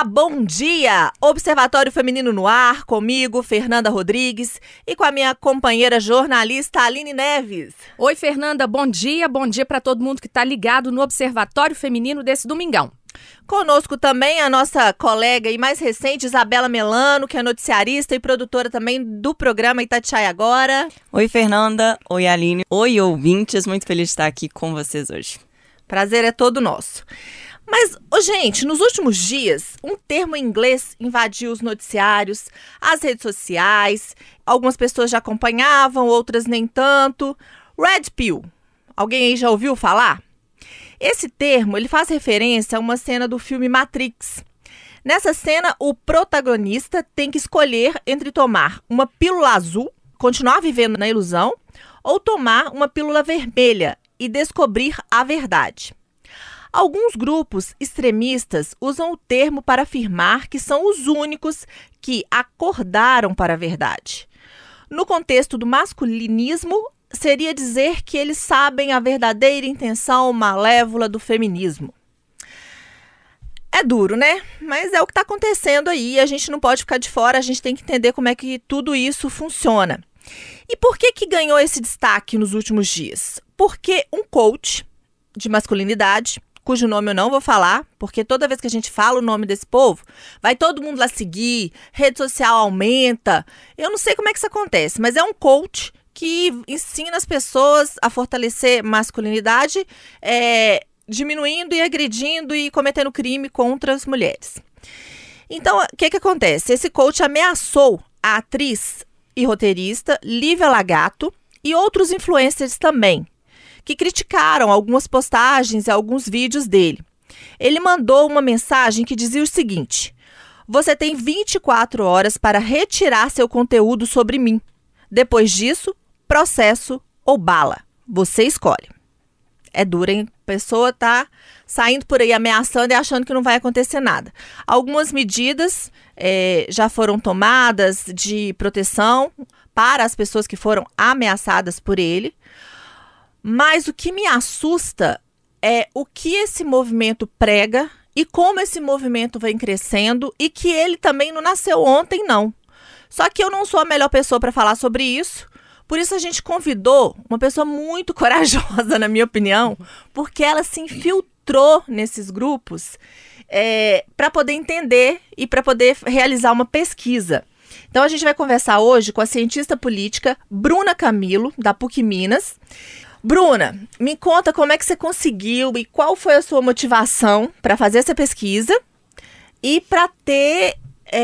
bom dia! Observatório Feminino no ar, comigo, Fernanda Rodrigues, e com a minha companheira jornalista Aline Neves. Oi, Fernanda, bom dia para todo mundo que está ligado no Observatório Feminino desse domingão. Conosco também a nossa colega e mais recente, Isabela Melano, que é noticiarista e produtora também do programa Itatiaia Agora. Oi, Fernanda. Oi, Aline. Oi, ouvintes. Muito feliz de estar aqui com vocês hoje. Prazer é todo nosso. Mas, gente, nos últimos dias, um termo em inglês invadiu os noticiários, as redes sociais. Algumas pessoas já acompanhavam, outras nem tanto. Red Pill. Alguém aí já ouviu falar? Esse termo, ele faz referência a uma cena do filme Matrix. Nessa cena, o protagonista tem que escolher entre tomar uma pílula azul, continuar vivendo na ilusão, ou tomar uma pílula vermelha e descobrir a verdade. Alguns grupos extremistas usam o termo para afirmar que são os únicos que acordaram para a verdade. No contexto do masculinismo, seria dizer que eles sabem a verdadeira intenção malévola do feminismo. É duro, né? Mas é o que está acontecendo aí. A gente não pode ficar de fora, a gente tem que entender como é que tudo isso funciona. E por que ganhou esse destaque nos últimos dias? Porque um coach de masculinidade, cujo nome eu não vou falar, porque toda vez que a gente fala o nome desse povo, vai todo mundo lá seguir, rede social aumenta. Eu não sei como é que isso acontece, mas é um coach que ensina as pessoas a fortalecer masculinidade, diminuindo e agredindo e cometendo crime contra as mulheres. Então, o que acontece? Esse coach ameaçou a atriz e roteirista Lívia Lagato e outros influencers também, que criticaram algumas postagens e alguns vídeos dele. Ele mandou uma mensagem que dizia o seguinte: você tem 24 horas para retirar seu conteúdo sobre mim. Depois disso, processo ou bala. Você escolhe. É duro, hein? A pessoa tá saindo por aí ameaçando e achando que não vai acontecer nada. Algumas medidas já foram tomadas de proteção para as pessoas que foram ameaçadas por ele. Mas o que me assusta é o que esse movimento prega e como esse movimento vem crescendo e que ele também não nasceu ontem, não. Só que eu não sou a melhor pessoa para falar sobre isso. Por isso a gente convidou uma pessoa muito corajosa, na minha opinião, porque ela se infiltrou nesses grupos para poder entender e para poder realizar uma pesquisa. Então a gente vai conversar hoje com a cientista política Bruna Camilo, da PUC Minas. Bruna, me conta como é que você conseguiu e qual foi a sua motivação para fazer essa pesquisa e para ter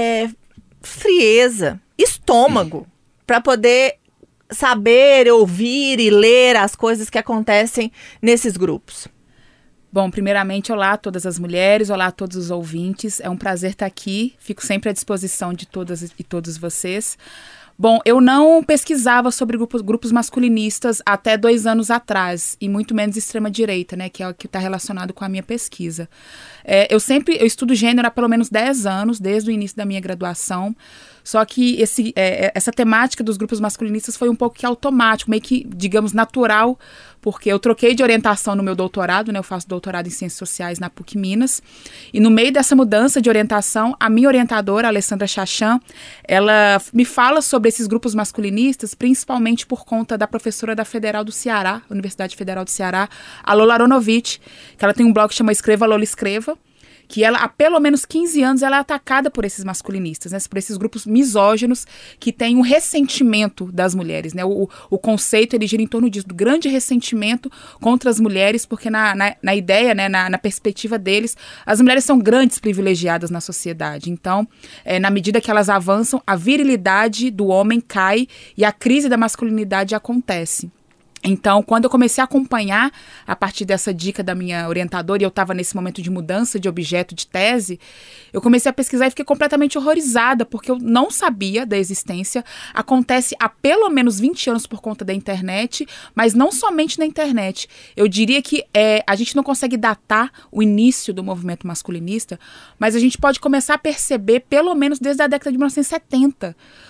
frieza, estômago, para poder saber, ouvir e ler as coisas que acontecem nesses grupos. Bom, primeiramente, olá a todas as mulheres, olá a todos os ouvintes. É um prazer estar aqui, fico sempre à disposição de todas e todos vocês. Bom, eu não pesquisava sobre grupos masculinistas até 2 anos atrás, e muito menos extrema-direita, né, que é o que está relacionado com a minha pesquisa. Eu estudo gênero há pelo menos 10 anos, desde o início da minha graduação, só que essa temática dos grupos masculinistas foi um pouco que automático, meio que, digamos, natural, porque eu troquei de orientação no meu doutorado, né, eu faço doutorado em Ciências Sociais na PUC Minas, e no meio dessa mudança de orientação, a minha orientadora, a Alessandra Chachan, ela me fala sobre esses grupos masculinistas, principalmente por conta da professora da Federal do Ceará, Universidade Federal do Ceará, a Lola Aronovitch, que ela tem um blog que chama Escreva, Lola Escreva, que ela, há pelo menos 15 anos, ela é atacada por esses masculinistas, né, por esses grupos misóginos que têm um ressentimento das mulheres, né, o conceito, ele gira em torno disso, do grande ressentimento contra as mulheres, porque na ideia, né, na perspectiva deles, as mulheres são grandes privilegiadas na sociedade, então, na medida que elas avançam, a virilidade do homem cai e a crise da masculinidade acontece. Então, quando eu comecei a acompanhar, a partir dessa dica da minha orientadora, e eu estava nesse momento de mudança de objeto de tese, eu comecei a pesquisar e fiquei completamente horrorizada, porque eu não sabia da existência. Acontece há pelo menos 20 anos por conta da internet, mas não somente na internet. Eu diria que a gente não consegue datar o início do movimento masculinista, mas a gente pode começar a perceber, pelo menos desde a década de 1970,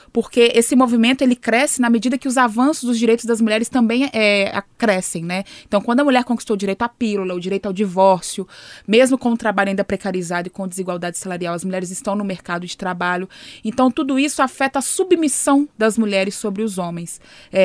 porque esse movimento ele cresce na medida que os avanços dos direitos das mulheres também crescem, né? Então, quando a mulher conquistou o direito à pílula, o direito ao divórcio, mesmo com o trabalho ainda precarizado e com desigualdade salarial, as mulheres estão no mercado de trabalho. Então, tudo isso afeta a submissão das mulheres sobre os homens.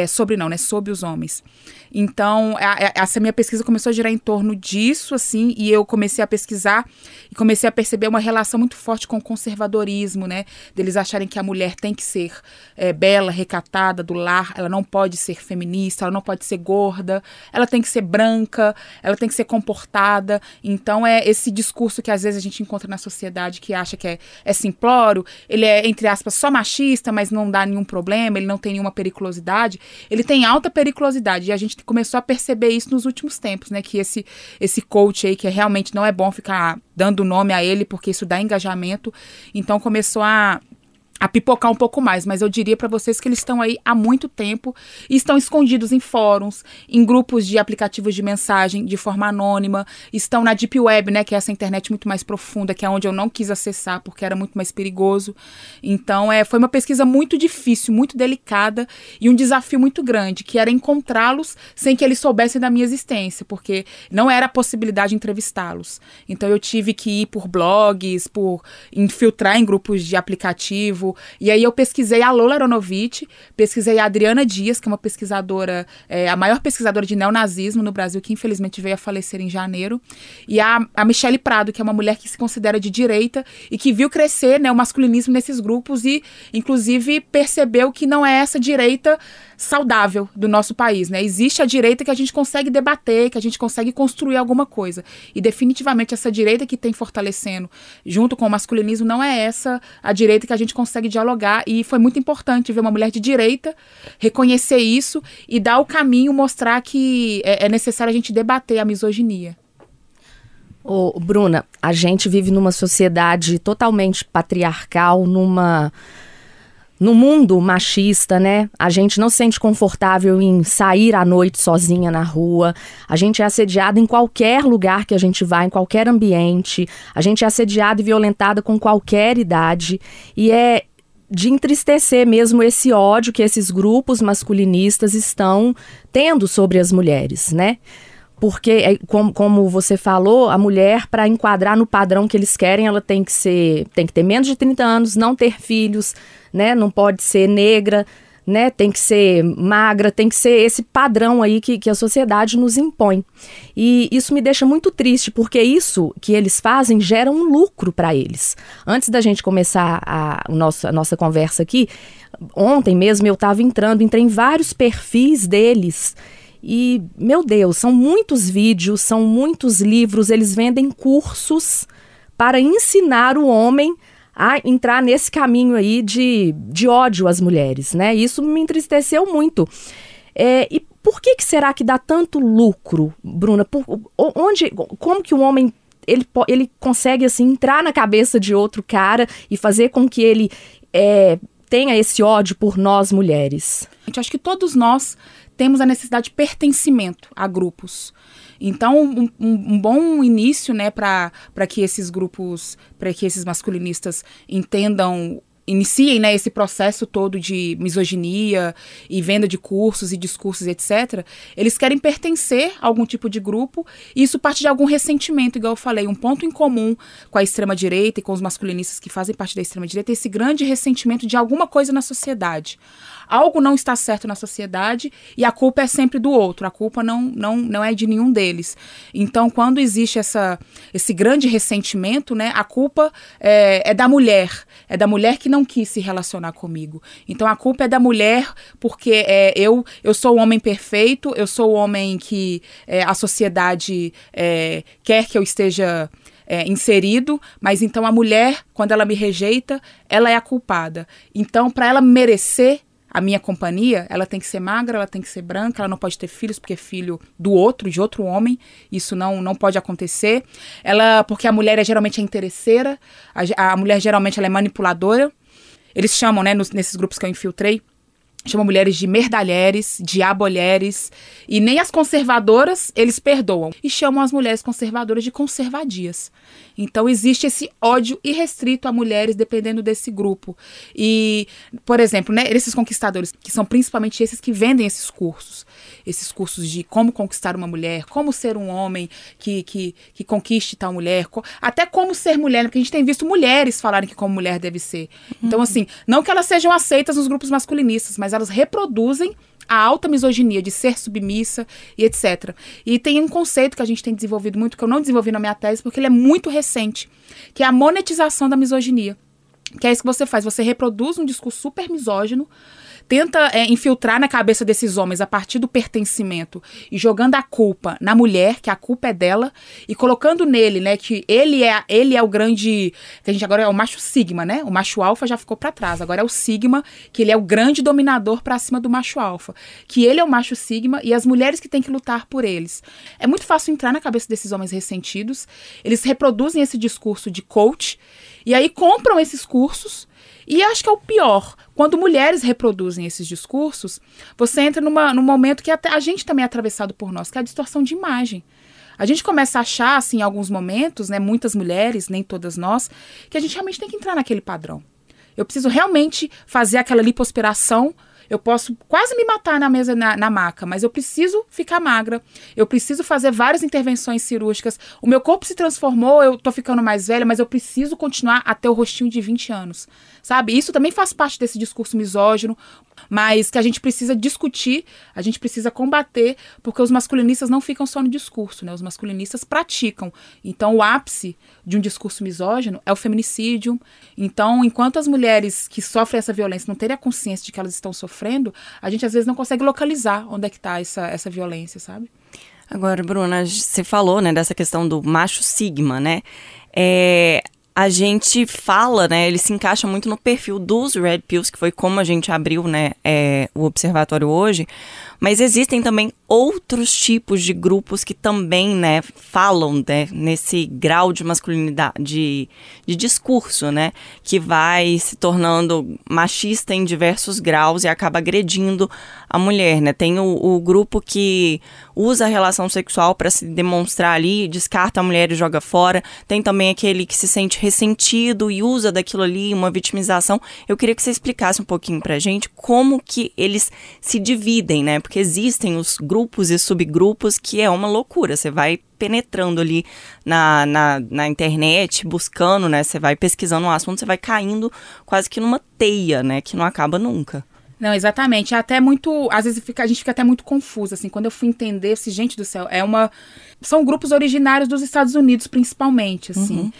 Sobre os homens. Então, essa minha pesquisa começou a girar em torno disso, assim, e eu comecei a pesquisar e comecei a perceber uma relação muito forte com o conservadorismo, né? Deles acharem que a mulher tem que ser bela, recatada, do lar, ela não pode ser feminista, ela não pode ser gorda, ela tem que ser branca, ela tem que ser comportada. Então, é esse discurso que às vezes a gente encontra na sociedade que acha que é simplório, ele é, entre aspas, só machista, mas não dá nenhum problema, ele não tem nenhuma periculosidade. Ele tem alta periculosidade, e a gente começou a perceber isso nos últimos tempos, né? Que esse coach aí, que realmente não é bom ficar dando nome a ele, porque isso dá engajamento. Então começou a pipocar um pouco mais, mas eu diria para vocês que eles estão aí há muito tempo e estão escondidos em fóruns, em grupos de aplicativos de mensagem de forma anônima, estão na Deep Web, né, que é essa internet muito mais profunda, que é onde eu não quis acessar porque era muito mais perigoso. Então, foi uma pesquisa muito difícil, muito delicada e um desafio muito grande, que era encontrá-los sem que eles soubessem da minha existência, porque não era a possibilidade de entrevistá-los. Então, eu tive que ir por blogs, por infiltrar em grupos de aplicativo. E aí eu pesquisei a Lola Aronovitch, pesquisei a Adriana Dias, que é uma pesquisadora, a maior pesquisadora de neonazismo no Brasil, que infelizmente veio a falecer em janeiro, e a Michelle Prado, que é uma mulher que se considera de direita e que viu crescer, né, o masculinismo nesses grupos e, inclusive, percebeu que não é essa direita saudável do nosso país, né? Existe a direita que a gente consegue debater, que a gente consegue construir alguma coisa. E definitivamente essa direita que tem fortalecendo junto com o masculinismo não é essa a direita que a gente consegue dialogar. E foi muito importante ver uma mulher de direita reconhecer isso e dar o caminho, mostrar que é necessário a gente debater a misoginia. Ô, Bruna, a gente vive numa sociedade totalmente patriarcal, no mundo machista, né? A gente não se sente confortável em sair à noite sozinha na rua. A gente é assediada em qualquer lugar que a gente vá, em qualquer ambiente. A gente é assediada e violentada com qualquer idade. E é de entristecer mesmo esse ódio que esses grupos masculinistas estão tendo sobre as mulheres, né? Porque, como você falou, a mulher, para enquadrar no padrão que eles querem, ela tem que ter menos de 30 anos, não ter filhos, né? Não pode ser negra, né? Tem que ser magra, tem que ser esse padrão aí que a sociedade nos impõe. E isso me deixa muito triste, porque isso que eles fazem gera um lucro para eles. Antes da gente começar a nossa conversa aqui, ontem mesmo eu entrei em vários perfis deles. E, meu Deus, são muitos vídeos, são muitos livros, eles vendem cursos para ensinar o homem a entrar nesse caminho aí de ódio às mulheres, né? Isso me entristeceu muito. E por que será que dá tanto lucro, Bruna? Como que o homem ele consegue assim, entrar na cabeça de outro cara e fazer com que ele tenha esse ódio por nós mulheres? Eu acho que todos nós temos a necessidade de pertencimento a grupos. Então, um bom início, né, para que esses grupos, para que esses masculinistas iniciem, né, esse processo todo de misoginia e venda de cursos e discursos, etc., eles querem pertencer a algum tipo de grupo, e isso parte de algum ressentimento, igual eu falei. Um ponto em comum com a extrema-direita e com os masculinistas que fazem parte da extrema-direita é esse grande ressentimento de alguma coisa na sociedade. Algo não está certo na sociedade e a culpa é sempre do outro, a culpa não é de nenhum deles. Então, quando existe esse grande ressentimento, né, a culpa é da mulher que não quis se relacionar comigo. Então, a culpa é da mulher porque eu sou o homem perfeito, eu sou o homem que a sociedade quer que eu esteja inserido, mas então a mulher, quando ela me rejeita, ela é a culpada. Então, para ela merecer a minha companhia, ela tem que ser magra, ela tem que ser branca, ela não pode ter filhos porque é filho de outro homem, isso não pode acontecer. Porque a mulher geralmente é interesseira, a mulher geralmente ela é manipuladora. Eles chamam, né, nesses grupos que eu infiltrei, chama mulheres de merdalheres, diabolheres, e nem as conservadoras eles perdoam. E chamam as mulheres conservadoras de conservadias. Então existe esse ódio irrestrito a mulheres dependendo desse grupo. E, por exemplo, né, esses conquistadores, que são principalmente esses que vendem esses cursos de como conquistar uma mulher, como ser um homem que conquiste tal mulher, até como ser mulher, porque a gente tem visto mulheres falarem que como mulher deve ser. Então, assim, não que elas sejam aceitas nos grupos masculinistas, mas elas reproduzem a alta misoginia de ser submissa e etc. E tem um conceito que a gente tem desenvolvido muito, que eu não desenvolvi na minha tese, porque ele é muito recente, que é a monetização da misoginia. Que é isso que você faz, você reproduz um discurso super misógino, tenta infiltrar na cabeça desses homens a partir do pertencimento e jogando a culpa na mulher, que a culpa é dela, e colocando nele, né, que ele é o grande, que a gente agora é o macho sigma, né? O macho alfa já ficou pra trás, agora é o sigma, que ele é o grande dominador pra cima do macho alfa, que ele é o macho sigma e as mulheres que têm que lutar por eles. É muito fácil entrar na cabeça desses homens ressentidos, eles reproduzem esse discurso de coach e aí compram esses cursos. E acho que é o pior, quando mulheres reproduzem esses discursos, você entra num momento que até a gente também é atravessado por nós, que é a distorção de imagem. A gente começa a achar, assim, em alguns momentos, né, muitas mulheres, nem todas nós, que a gente realmente tem que entrar naquele padrão. Eu preciso realmente fazer aquela lipoaspiração. Eu posso quase me matar na mesa, na maca, mas eu preciso ficar magra. Eu preciso fazer várias intervenções cirúrgicas. O meu corpo se transformou, eu tô ficando mais velha, mas eu preciso continuar a ter o rostinho de 20 anos. Sabe? Isso também faz parte desse discurso misógino, mas que a gente precisa discutir, a gente precisa combater, porque os masculinistas não ficam só no discurso, né? Os masculinistas praticam. Então, o ápice de um discurso misógino é o feminicídio. Então, enquanto as mulheres que sofrem essa violência não terem a consciência de que elas estão sofrendo, a gente às vezes não consegue localizar onde é que está essa violência, sabe? Agora, Bruna, você falou, né, dessa questão do macho sigma, né? A gente fala, né, ele se encaixa muito no perfil dos Red Pills, que foi como a gente abriu, né, o observatório hoje, mas existem também outros tipos de grupos que também, né, falam, né, nesse grau de masculinidade, de discurso, né, que vai se tornando machista em diversos graus e acaba agredindo a mulher, né. Tem o grupo que usa a relação sexual para se demonstrar ali, descarta a mulher e joga fora. Tem também aquele que se sente ressentido e usa daquilo ali, uma vitimização. Eu queria que você explicasse um pouquinho pra gente como que eles se dividem, né? Porque existem os grupos e subgrupos que é uma loucura. Você vai penetrando ali na internet, buscando, né? Você vai pesquisando um assunto, você vai caindo quase que numa teia, né? Que não acaba nunca. Não, exatamente. É até muito... Às vezes a gente fica até muito confusa, assim. Quando eu fui entender, gente do céu, são grupos originários dos Estados Unidos, principalmente, assim. Uhum.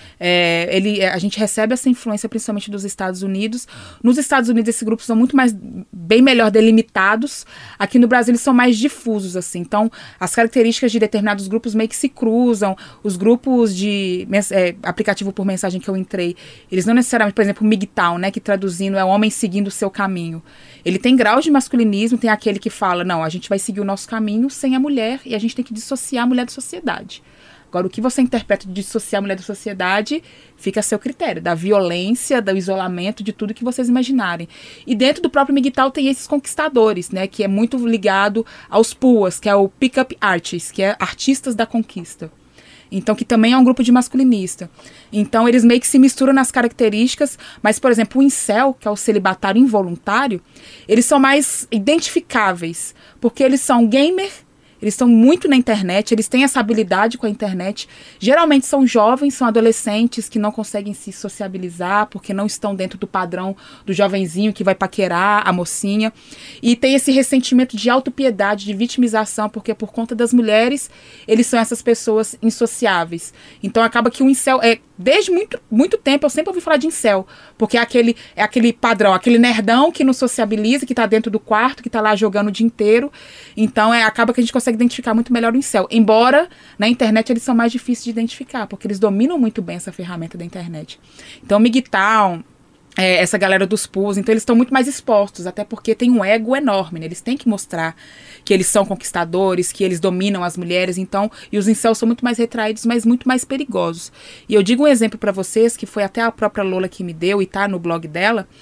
A gente recebe essa influência principalmente dos Estados Unidos. Nos Estados Unidos, esses grupos são bem melhor delimitados. Aqui no Brasil, eles são mais difusos, assim. Então, as características de determinados grupos meio que se cruzam. Os grupos de aplicativo por mensagem que eu entrei, eles não necessariamente, por exemplo, o MGTOW, né, que traduzindo é o homem seguindo o seu caminho. Ele tem graus de masculinismo, tem aquele que fala, não, a gente vai seguir o nosso caminho sem a mulher e a gente tem que dissociar a mulher da sociedade. Agora, o que você interpreta de dissociar a mulher da sociedade fica a seu critério, da violência, do isolamento, de tudo que vocês imaginarem. E dentro do próprio MGTOW tem esses conquistadores, né, que é muito ligado aos PUAs, que é o Pick-up Artists, que é artistas da conquista. Então, que também é um grupo de masculinista. Então, eles meio que se misturam nas características, mas, por exemplo, o incel, que é o celibatário involuntário, eles são mais identificáveis, porque eles são gamer, eles estão muito na internet, eles têm essa habilidade com a internet. Geralmente são jovens, são adolescentes que não conseguem se sociabilizar porque não estão dentro do padrão do jovenzinho que vai paquerar a mocinha. E tem esse ressentimento de autopiedade, de vitimização, porque por conta das mulheres, eles são essas pessoas insociáveis. Então acaba que o incel desde muito tempo eu sempre ouvi falar de incel, porque é aquele padrão, aquele nerdão que não sociabiliza, que está dentro do quarto, que está lá jogando o dia inteiro. Então acaba que a gente consegue identificar muito melhor o incel. Embora na internet eles são mais difíceis de identificar, porque eles dominam muito bem essa ferramenta da internet. Então, MGTOW, essa galera dos PUAs, então eles estão muito mais expostos, até porque tem um ego enorme, né? Eles têm que mostrar que eles são conquistadores, que eles dominam as mulheres, então, e os incels são muito mais retraídos, mas muito mais perigosos. E eu digo um exemplo para vocês, que foi até a própria Lola que me deu, e tá no blog dela,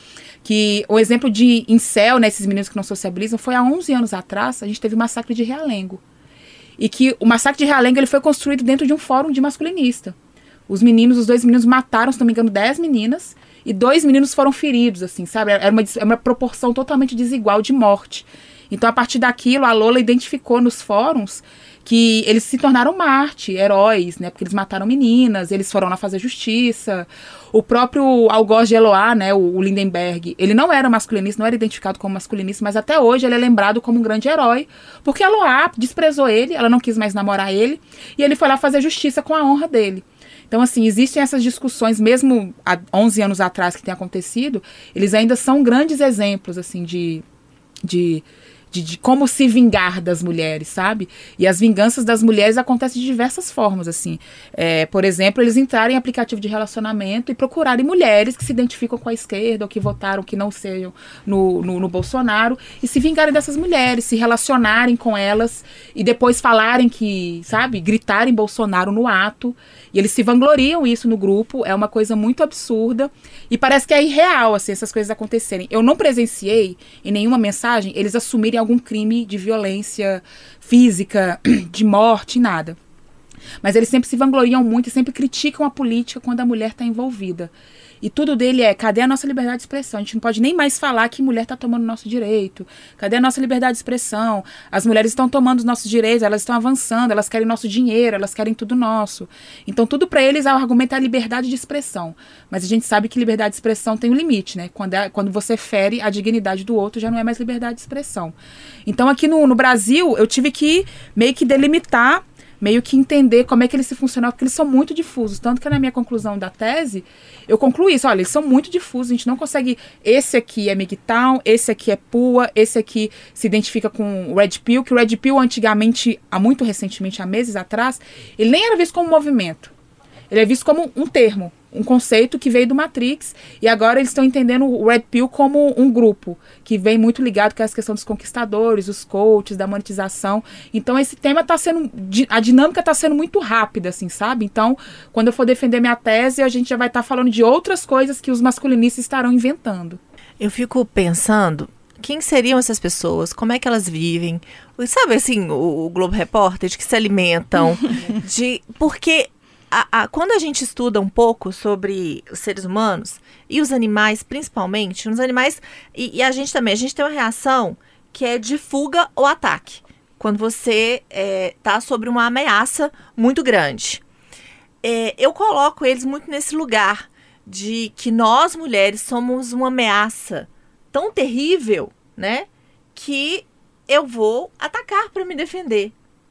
Que o exemplo de incel, né, esses meninos que não sociabilizam, foi há 11 anos atrás, a gente teve o massacre de Realengo. E que o massacre de Realengo ele foi construído dentro de um fórum de masculinista. Os 2 meninos mataram, se não me engano, 10 meninas, e 2 meninos foram feridos, assim, sabe? Era uma proporção totalmente desigual de morte. Então, a partir daquilo, a Lola identificou nos fóruns que eles se tornaram Marte, heróis, né? Porque eles mataram meninas, eles foram lá fazer justiça. O próprio algoz de Eloá, né? O Lindenberg, ele não era masculinista, não era identificado como masculinista, mas até hoje ele é lembrado como um grande herói, porque Eloá desprezou ele, ela não quis mais namorar ele, e ele foi lá fazer justiça com a honra dele. Então, assim, existem essas discussões, mesmo há 11 anos atrás que tem acontecido, eles ainda são grandes exemplos, assim, de como se vingar das mulheres, sabe? E as vinganças das mulheres acontecem de diversas formas, assim. Por exemplo, eles entrarem em aplicativo de relacionamento e procurarem mulheres que se identificam com a esquerda ou que votaram, que não sejam no Bolsonaro, e se vingarem dessas mulheres, se relacionarem com elas e depois falarem que, sabe, gritarem Bolsonaro no ato. E eles se vangloriam isso no grupo, é uma coisa muito absurda e parece que é irreal, assim, essas coisas acontecerem. Eu não presenciei em nenhuma mensagem eles assumirem algum crime de violência física, de morte, nada. Mas eles sempre se vangloriam muito e sempre criticam a política quando a mulher está envolvida. E tudo dele cadê a nossa liberdade de expressão? A gente não pode nem mais falar que mulher está tomando nosso direito. Cadê a nossa liberdade de expressão? As mulheres estão tomando os nossos direitos, elas estão avançando, elas querem nosso dinheiro, elas querem tudo nosso. Então tudo para eles, o argumento é a liberdade de expressão. Mas a gente sabe que liberdade de expressão tem um limite, né? Quando você fere a dignidade do outro, já não é mais liberdade de expressão. Então aqui no Brasil, eu tive que meio que delimitar, meio que entender como é que eles se funcionam, porque eles são muito difusos. Tanto que na minha conclusão da tese, eu concluí isso. Olha, eles são muito difusos, a gente não consegue... Esse aqui é MGTOW, esse aqui é PUA, esse aqui se identifica com o Red Pill, que o Red Pill antigamente, muito recentemente, há meses atrás, ele nem era visto como um movimento. Ele é visto como um termo, um conceito que veio do Matrix, e agora eles estão entendendo o Red Pill como um grupo, que vem muito ligado com essa questão dos conquistadores, os coaches, da monetização. Então esse tema está sendo, a dinâmica está sendo muito rápida, assim, sabe? Então, quando eu for defender minha tese, a gente já vai estar falando de outras coisas que os masculinistas estarão inventando. Eu fico pensando, quem seriam essas pessoas? Como é que elas vivem? Sabe, assim, o Globo Repórter, de que se alimentam, porque... Quando a gente estuda um pouco sobre os seres humanos e os animais, principalmente, nos animais, e a gente também, a gente tem uma reação que é de fuga ou ataque, quando você está sobre uma ameaça muito grande. Eu coloco eles muito nesse lugar de que nós, mulheres, somos uma ameaça tão terrível, né, que eu vou atacar para me defender.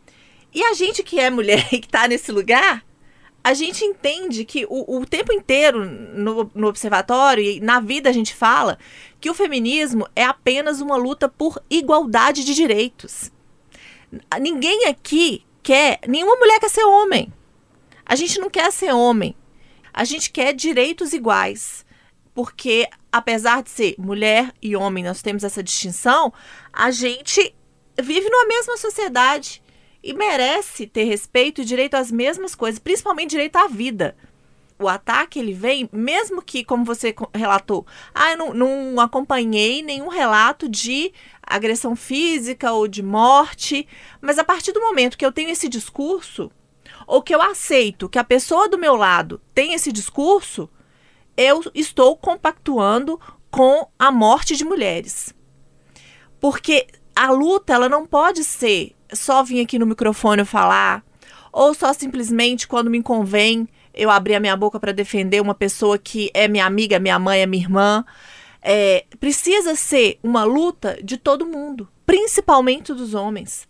E a gente que é mulher e que está nesse lugar... A gente entende que o tempo inteiro no observatório e na vida a gente fala que o feminismo é apenas uma luta por igualdade de direitos. Ninguém aqui nenhuma mulher quer ser homem. A gente não quer ser homem. A gente quer direitos iguais. Porque, apesar de ser mulher e homem, nós temos essa distinção, a gente vive numa mesma sociedade. E merece ter respeito e direito às mesmas coisas, principalmente direito à vida. O ataque, ele vem, mesmo que, como você relatou, eu não acompanhei nenhum relato de agressão física ou de morte, mas a partir do momento que eu tenho esse discurso, ou que eu aceito que a pessoa do meu lado tem esse discurso, eu estou compactuando com a morte de mulheres. Porque a luta, ela não pode ser só vir aqui no microfone falar, ou só simplesmente quando me convém eu abrir a minha boca para defender uma pessoa que é minha amiga, minha mãe, é minha irmã. Precisa ser uma luta de todo mundo, principalmente dos homens.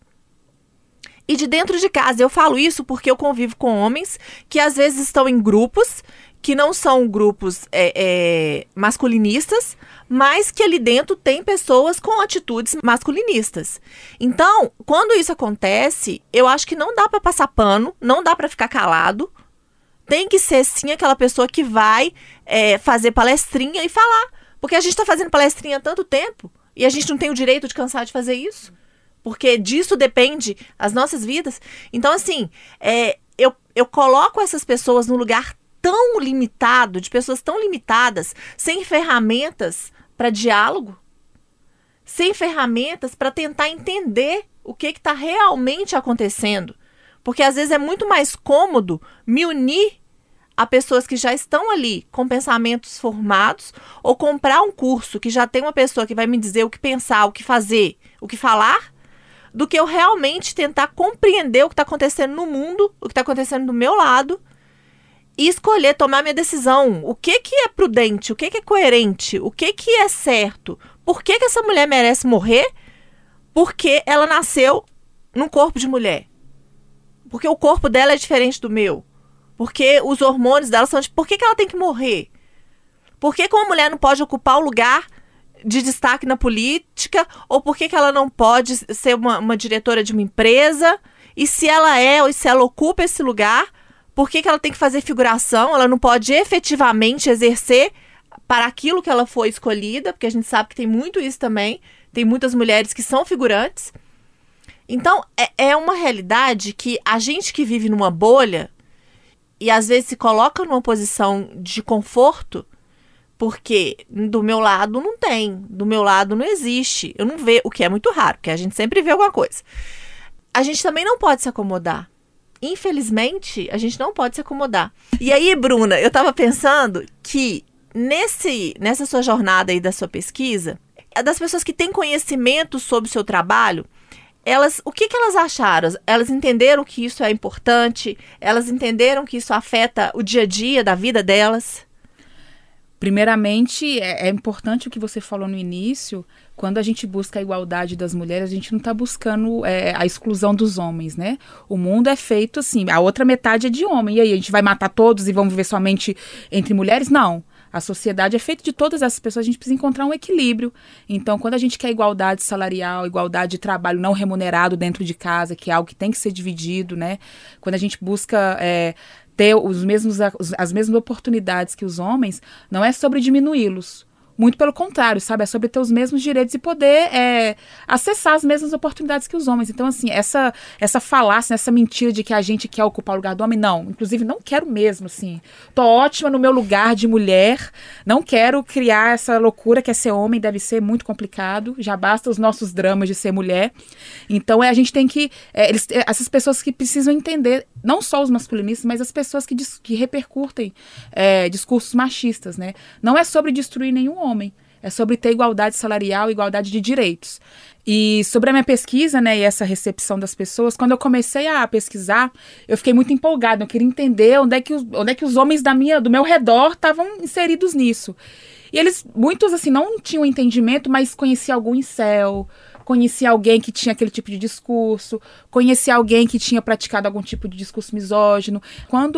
E de dentro de casa, eu falo isso porque eu convivo com homens que às vezes estão em grupos, que não são grupos masculinistas, mas que ali dentro tem pessoas com atitudes masculinistas. Então, quando isso acontece, eu acho que não dá para passar pano, não dá para ficar calado. Tem que ser, sim, aquela pessoa que vai fazer palestrinha e falar. Porque a gente está fazendo palestrinha há tanto tempo e a gente não tem o direito de cansar de fazer isso. Porque disso depende as nossas vidas. Então, assim, eu coloco essas pessoas num lugar tão limitado, de pessoas tão limitadas, sem ferramentas para diálogo, sem ferramentas para tentar entender o que está realmente acontecendo. Porque às vezes é muito mais cômodo me unir a pessoas que já estão ali com pensamentos formados, ou comprar um curso que já tem uma pessoa que vai me dizer o que pensar, o que fazer, o que falar, do que eu realmente tentar compreender o que está acontecendo no mundo, o que está acontecendo do meu lado, e escolher, tomar minha decisão. O que é prudente, o que é coerente, o que é certo. Por que essa mulher merece morrer? Porque ela nasceu num corpo de mulher. Porque o corpo dela é diferente do meu. Porque os hormônios dela são... Por que ela tem que morrer? Por que uma mulher não pode ocupar o lugar de destaque na política? Ou por que ela não pode ser uma diretora de uma empresa? E se ela é, ou se ela ocupa esse lugar, por que ela tem que fazer figuração? Ela não pode efetivamente exercer para aquilo que ela foi escolhida, porque a gente sabe que tem muito isso também. Tem muitas mulheres que são figurantes. Então, é uma realidade que a gente que vive numa bolha e às vezes se coloca numa posição de conforto, porque do meu lado não tem, do meu lado não existe. Eu não vejo, o que é muito raro, porque a gente sempre vê alguma coisa. A gente também não pode se acomodar. Infelizmente, a gente não pode se acomodar. E aí, Bruna, eu estava pensando que nessa sua jornada aí da sua pesquisa, das pessoas que têm conhecimento sobre o seu trabalho, o que elas acharam? Elas entenderam que isso é importante? Elas entenderam que isso afeta o dia a dia da vida delas? Primeiramente, é importante o que você falou no início. Quando a gente busca a igualdade das mulheres, a gente não está buscando a exclusão dos homens, né? O mundo é feito assim, a outra metade é de homem. E aí, a gente vai matar todos e vamos viver somente entre mulheres? Não. A sociedade é feita de todas essas pessoas, a gente precisa encontrar um equilíbrio. Então, quando a gente quer igualdade salarial, igualdade de trabalho não remunerado dentro de casa, que é algo que tem que ser dividido, né? Quando a gente busca ter as mesmas oportunidades que os homens, não é sobre diminuí-los. Muito pelo contrário, sabe? É sobre ter os mesmos direitos e poder acessar as mesmas oportunidades que os homens. Então, assim, essa falácia, essa mentira de que a gente quer ocupar o lugar do homem, não. Inclusive, não quero mesmo, assim. Tô ótima no meu lugar de mulher, não quero criar essa loucura que é ser homem, deve ser muito complicado. Já basta os nossos dramas de ser mulher. Então, a gente tem que... essas pessoas que precisam entender, não só os masculinistas, mas as pessoas que repercutem discursos machistas, né? Não é sobre destruir nenhum homem, é sobre ter igualdade salarial, igualdade de direitos. E sobre a minha pesquisa, né, e essa recepção das pessoas, quando eu comecei a pesquisar, eu fiquei muito empolgada, eu queria entender onde é que os homens do meu redor estavam inseridos nisso. E eles, muitos assim, não tinham entendimento, mas conheciam algum incel, conhecia alguém que tinha aquele tipo de discurso, conhecia alguém que tinha praticado algum tipo de discurso misógino. Quando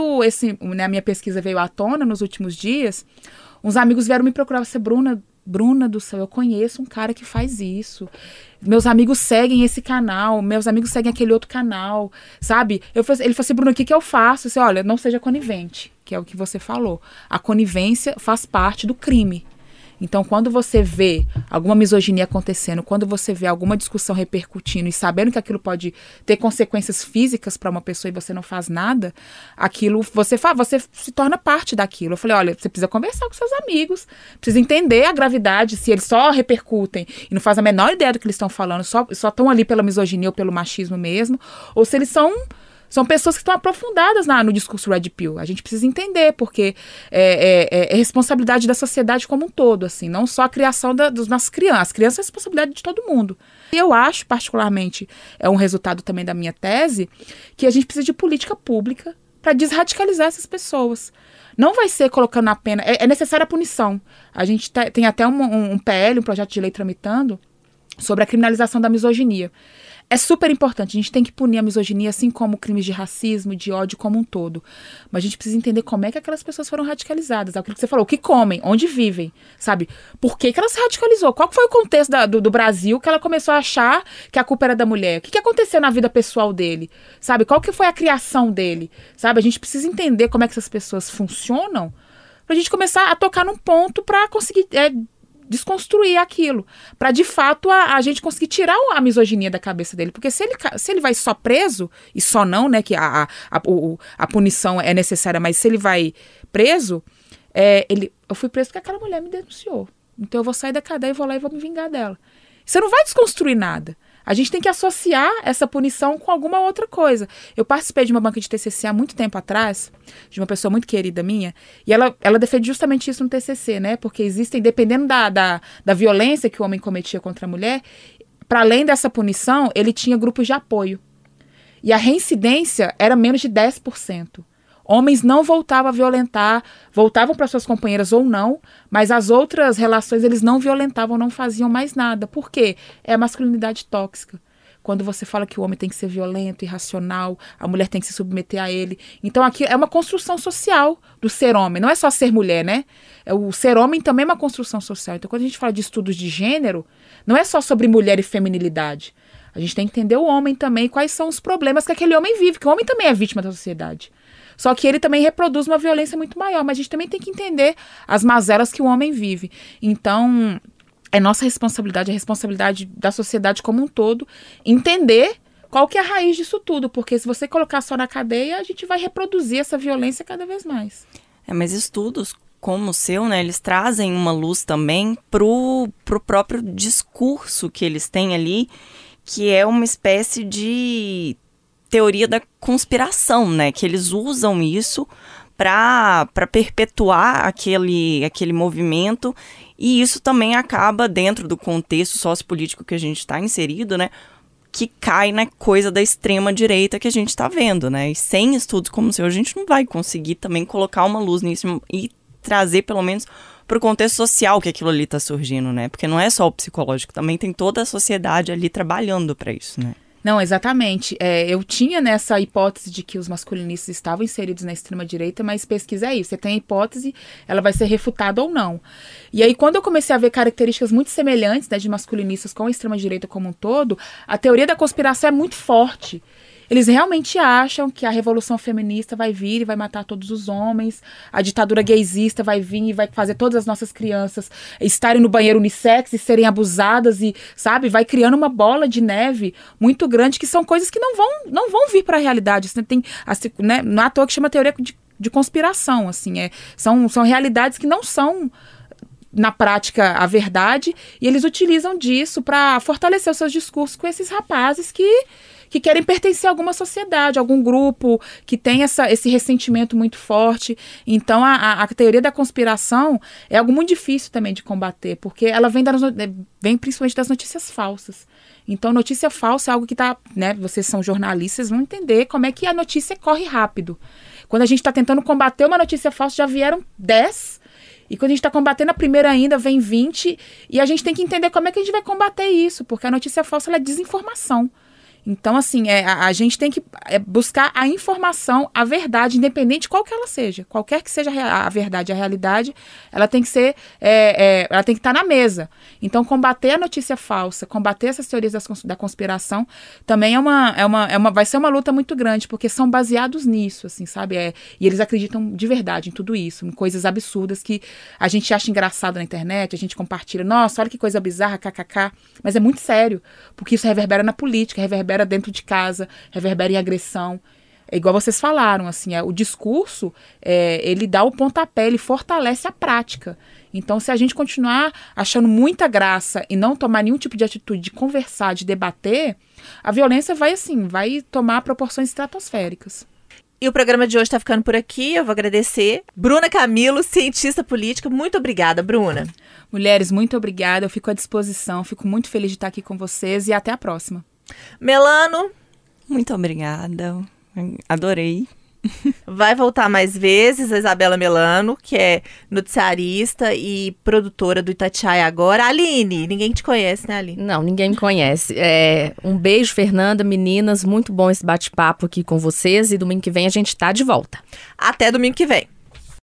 a minha pesquisa veio à tona nos últimos dias, uns amigos vieram me procurar, você, Bruna do céu, eu conheço um cara que faz isso. Meus amigos seguem esse canal, meus amigos seguem aquele outro canal, sabe? Ele falou assim, Bruna, o que eu faço? Eu disse, olha, não seja conivente, que é o que você falou. A conivência faz parte do crime. Então, quando você vê alguma misoginia acontecendo, quando você vê alguma discussão repercutindo e sabendo que aquilo pode ter consequências físicas para uma pessoa e você não faz nada, aquilo você se torna parte daquilo. Eu falei, olha, você precisa conversar com seus amigos, precisa entender a gravidade, se eles só repercutem e não fazem a menor ideia do que eles estão falando, só estão ali pela misoginia ou pelo machismo mesmo, ou se eles são pessoas que estão aprofundadas no discurso Red Pill. A gente precisa entender, porque é responsabilidade da sociedade como um todo, assim, não só a criação das nossas crianças. As crianças é responsabilidade de todo mundo. E eu acho, particularmente, é um resultado também da minha tese, que a gente precisa de política pública para desradicalizar essas pessoas. Não vai ser colocando a pena... É necessária a punição. A gente tem até um PL, um projeto de lei tramitando, sobre a criminalização da misoginia. É super importante, a gente tem que punir a misoginia, assim como crimes de racismo, de ódio como um todo. Mas a gente precisa entender como é que aquelas pessoas foram radicalizadas. Aquilo que você falou, o que comem, onde vivem, sabe? Por que ela se radicalizou? Qual foi o contexto do Brasil que ela começou a achar que a culpa era da mulher? O que aconteceu na vida pessoal dele? Sabe? Qual que foi a criação dele? Sabe? A gente precisa entender como é que essas pessoas funcionam pra gente começar a tocar num ponto pra conseguir... desconstruir aquilo, para de fato a gente conseguir tirar a misoginia da cabeça dele, porque se ele vai só preso, e só não, né, que a punição é necessária, mas se ele vai preso, eu fui preso porque aquela mulher me denunciou. Então eu vou sair da cadeia e vou lá e vou me vingar dela. Você não vai desconstruir nada. A gente tem que associar essa punição com alguma outra coisa. Eu participei de uma banca de TCC há muito tempo atrás, de uma pessoa muito querida minha, e ela defende justamente isso no TCC, né? Porque existem, dependendo da violência que o homem cometia contra a mulher, para além dessa punição, ele tinha grupos de apoio. E a reincidência era menos de 10%. Homens não voltavam a violentar, voltavam para suas companheiras ou não, mas as outras relações eles não violentavam, não faziam mais nada. Por quê? É a masculinidade tóxica. Quando você fala que o homem tem que ser violento, irracional, a mulher tem que se submeter a ele. Então aqui é uma construção social do ser homem, não é só ser mulher, né? O ser homem também é uma construção social. Então quando a gente fala de estudos de gênero, não é só sobre mulher e feminilidade. A gente tem que entender o homem também, quais são os problemas que aquele homem vive, que o homem também é vítima da sociedade. Só que ele também reproduz uma violência muito maior, mas a gente também tem que entender as mazelas que o homem vive. Então, é nossa responsabilidade, a responsabilidade da sociedade como um todo, entender qual que é a raiz disso tudo, porque se você colocar só na cadeia, a gente vai reproduzir essa violência cada vez mais. Mas estudos como o seu, né, eles trazem uma luz também pro próprio discurso que eles têm ali, que é uma espécie de teoria da conspiração, né? Que eles usam isso para perpetuar aquele movimento, e isso também acaba dentro do contexto sociopolítico que a gente está inserido, né? Que cai na coisa da extrema-direita que a gente está vendo, né? E sem estudos como o seu, a gente não vai conseguir também colocar uma luz nisso e trazer, pelo menos, para o contexto social que aquilo ali está surgindo, né? Porque não é só o psicológico, também tem toda a sociedade ali trabalhando para isso, né? Não, exatamente. Eu tinha nessa hipótese de que os masculinistas estavam inseridos na extrema-direita, mas pesquisa é isso. Você tem a hipótese, ela vai ser refutada ou não. E aí, quando eu comecei a ver características muito semelhantes, né, de masculinistas com a extrema-direita como um todo, a teoria da conspiração é muito forte. Eles realmente acham que a revolução feminista vai vir e vai matar todos os homens, a ditadura gaysista vai vir e vai fazer todas as nossas crianças estarem no banheiro unissex e serem abusadas e, sabe, vai criando uma bola de neve muito grande, que são coisas que não vão vir para a realidade. Isso tem, assim, né, não é à toa que chama teoria de conspiração, assim, são realidades que não são na prática a verdade, e eles utilizam disso para fortalecer os seus discursos com esses rapazes que querem pertencer a alguma sociedade, a algum grupo, que tem esse ressentimento muito forte. Então, a teoria da conspiração é algo muito difícil também de combater, porque ela vem principalmente das notícias falsas. Então, notícia falsa é algo que está, né, vocês são jornalistas, vão entender como é que a notícia corre rápido. Quando a gente está tentando combater uma notícia falsa, já vieram 10, e quando a gente está combatendo a primeira ainda, vem 20, e a gente tem que entender como é que a gente vai combater isso, porque a notícia falsa ela é desinformação. Então, assim, a gente tem que buscar a informação, a verdade, independente de qual que ela seja. Qualquer que seja a verdade, a realidade, ela tem que ser, ela tem que estar na mesa. Então, combater a notícia falsa, combater essas teorias da conspiração, também vai ser uma luta muito grande, porque são baseados nisso, assim, sabe? E eles acreditam de verdade em tudo isso, em coisas absurdas que a gente acha engraçado na internet, a gente compartilha, nossa, olha que coisa bizarra, kkk, mas é muito sério, porque isso reverbera na política, reverbera dentro de casa, reverbera em agressão. É igual vocês falaram, assim, o discurso, ele dá o pontapé, ele fortalece a prática. Então, se a gente continuar achando muita graça e não tomar nenhum tipo de atitude de conversar, de debater, a violência vai tomar proporções estratosféricas. E o programa de hoje está ficando por aqui. Eu vou agradecer. Bruna Camilo, cientista política. Muito obrigada, Bruna. Mulheres, muito obrigada. Eu fico à disposição. Fico muito feliz de estar aqui com vocês e até a próxima. Melano. Muito obrigada. Adorei. Vai voltar mais vezes a Isabela Melano, que é noticiarista e produtora do Itatiaia Agora. Aline, ninguém te conhece, né, Aline? Não, ninguém me conhece. Um beijo, Fernanda, meninas. Muito bom esse bate-papo aqui com vocês. E domingo que vem a gente tá de volta. Até domingo que vem.